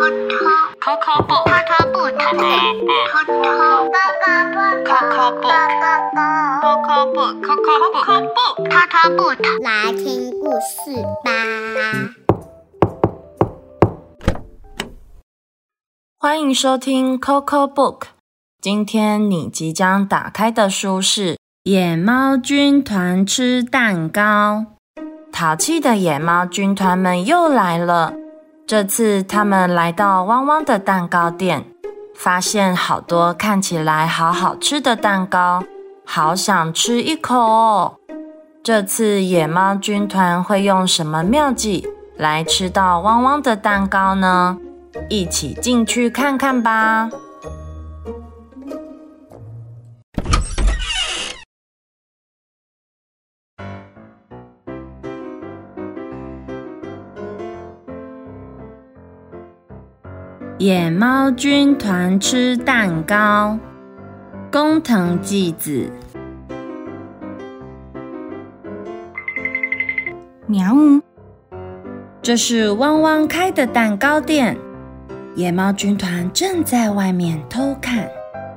来听故事吧。 欢迎收听 Coco Book。今天你即将打开的书是《野猫军团吃蛋糕》。淘气的野猫军团们又来了，这次他们来到汪汪的蛋糕店，发现好多看起来好好吃的蛋糕，好想吃一口哦。这次野猫军团会用什么妙计来吃到汪汪的蛋糕呢？一起进去看看吧。野猫军团吃蛋糕，工藤纪子。 喵！ 这是汪汪开的蛋糕店，野猫军团正在外面偷看。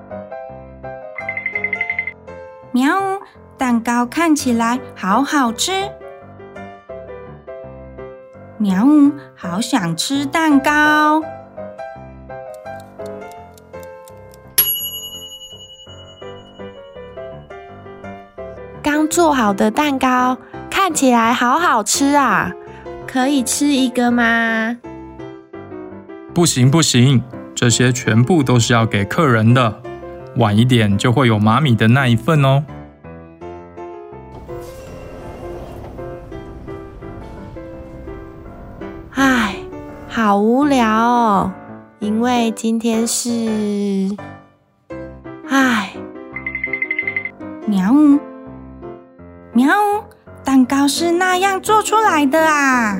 喵！蛋糕看起来好好吃。喵！好想吃蛋糕。 刚做好的蛋糕看起来好好吃啊，可以吃一个吗？ 不行不行，这些全部都是要给客人的，晚一点就会有妈咪的那一份哦。 唉，好无聊哦，因为今天是…… 喵！喵！蛋糕是那样做出来的啊！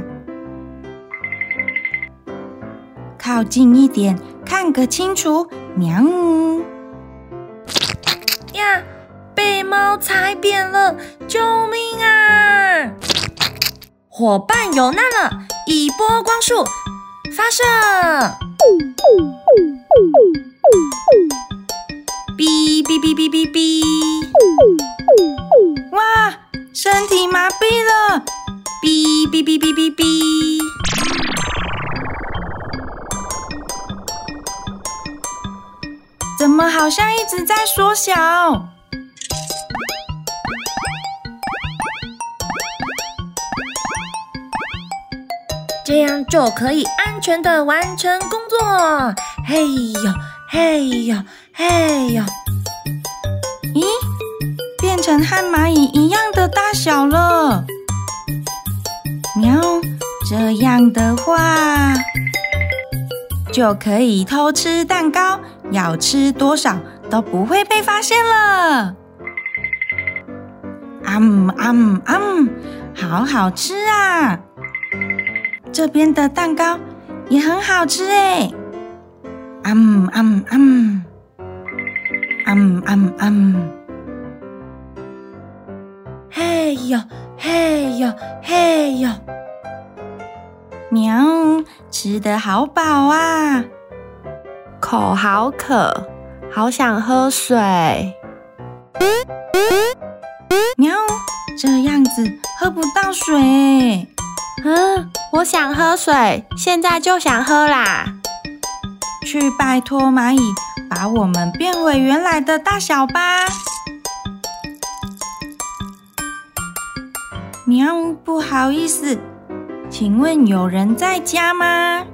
靠近一点，看个清楚。喵！ 呀，被猫踩扁了！救命啊！伙伴有难了！一波光束发射！哔哔哔哔哔哔！ 哇！身体麻痹了！ 哔哔哔哔哔哔！ 怎么好像一直在缩小？ 这样就可以安全的完成工作。嘿呦，嘿呦，嘿呦！ 咦？变成和蚂蚁一样的大小了。喵！这样的话，就可以偷吃蛋糕，要吃多少都不会被发现了。好好吃啊！这边的蛋糕也很好吃哎。 嘿呦，嘿呦，嘿呦！ 喵！吃得好饱啊， 口好渴，好想喝水。 喵！这样子喝不到水。 我想喝水，现在就想喝啦。 去拜托蚂蚁把我们变回原来的大小吧。喵，不好意思，请问有人在家吗？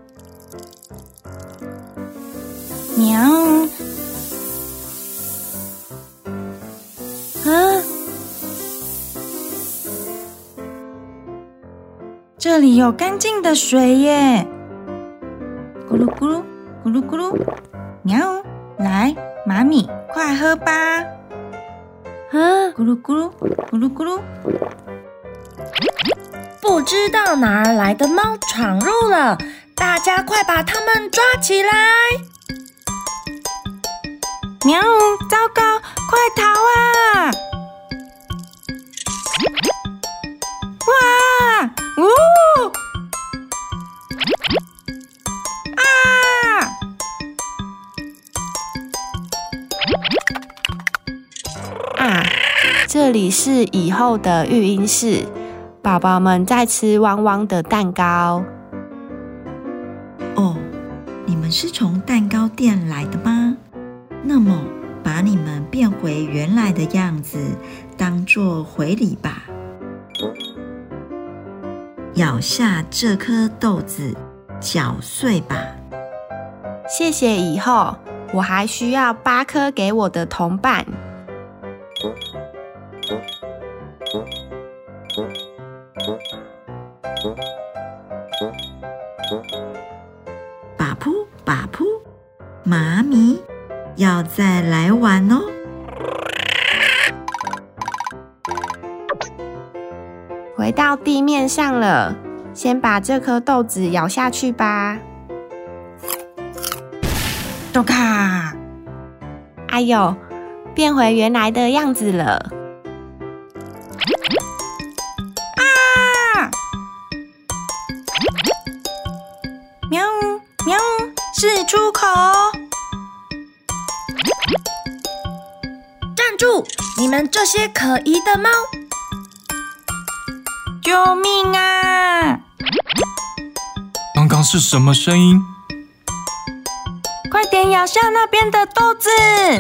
喵。这里有干净的水耶！咕噜咕噜，咕噜咕噜，喵！来，妈咪，快喝吧！咕噜咕噜，咕噜咕噜。 不知道哪儿来的猫闯入了，大家快把它们抓起来！ 喵！糟糕，快逃啊！哇！呜！啊！ 里是以后的育婴室，宝宝们在吃汪汪的蛋糕。 哦，你们是从蛋糕店来的吗？那么把你们变回原来的样子当作回礼吧。咬下这颗豆子，搅碎吧。 谢谢以后，我还需要8颗给我的同伴。 把噗把噗，妈咪要再来玩哦。 回到地面上了，先把这颗豆子咬下去吧。 咚卡！ 哎呦，变回原来的样子了。 啊！喵喵，是出口！ 站住！你们这些可疑的猫！ 救命啊！ 刚刚是什么声音？ 快点咬下那边的豆子！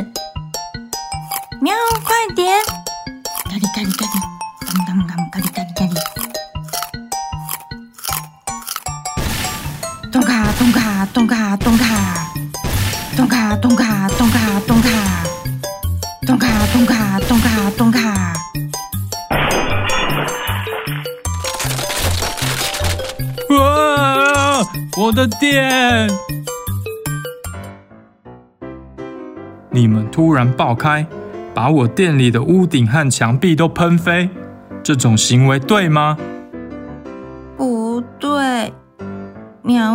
喵，快点！咖喱咖喱咖喱，咖喱咖喱咖喱咖喱。咚卡咚卡咚卡咚卡，咚卡咚卡咚卡咚卡，咚卡咚卡咚卡咚卡。 哇！我的店！你们突然爆开，把我店里的屋顶和墙壁都喷飞，这种行为对吗？ 不对，喵！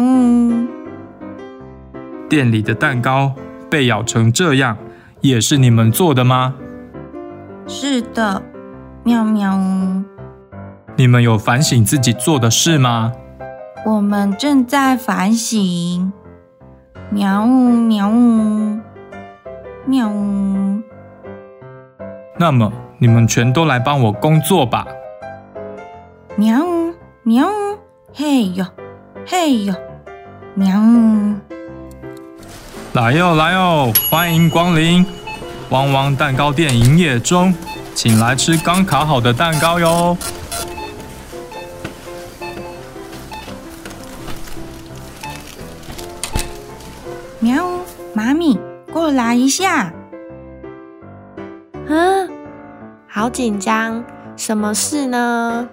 店里的蛋糕被咬成这样，也是你们做的吗？ 是的，喵喵。 你们有反省自己做的事吗？ 我们正在反省。喵喵喵。 那么你们全都来帮我工作吧。 喵喵，嘿呦嘿呦，喵！ 来哟来哟，欢迎光临！汪汪蛋糕店营业中，请来吃刚烤好的蛋糕哟。 喵，妈咪，过来一下。 好紧张，什么事呢？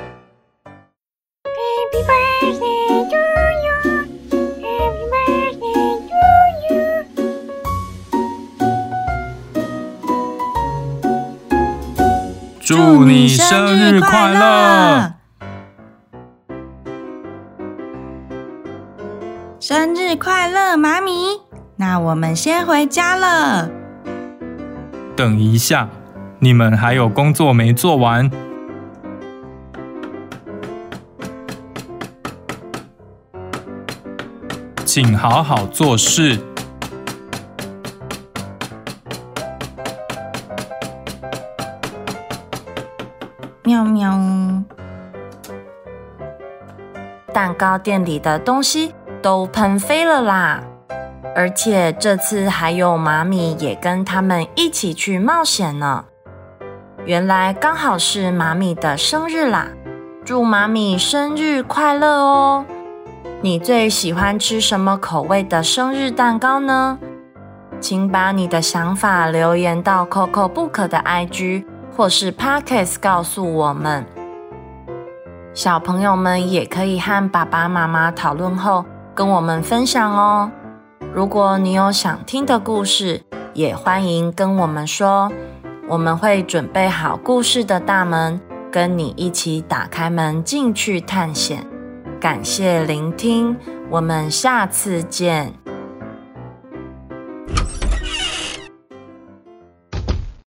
Happy birthday to you, Happy birthday to you。 祝你生日快乐！ 生日快乐，妈咪！那我们先回家了。 等一下，你们还有工作没做完。请好好做事。 喵喵。 蛋糕店里的东西都喷飞了啦！而且这次还有妈咪也跟他们一起去冒险呢。原来刚好是妈咪的生日啦！祝妈咪生日快乐哦！你最喜欢吃什么口味的生日蛋糕呢？请把你的想法留言到 CocoBook 的 IG 或是 Podcast 告诉我们。小朋友们也可以和爸爸妈妈讨论后跟我们分享哦。如果你有想听的故事，也欢迎跟我们说，我们会准备好故事的大门，跟你一起打开门进去探险。感谢聆听，我们下次见。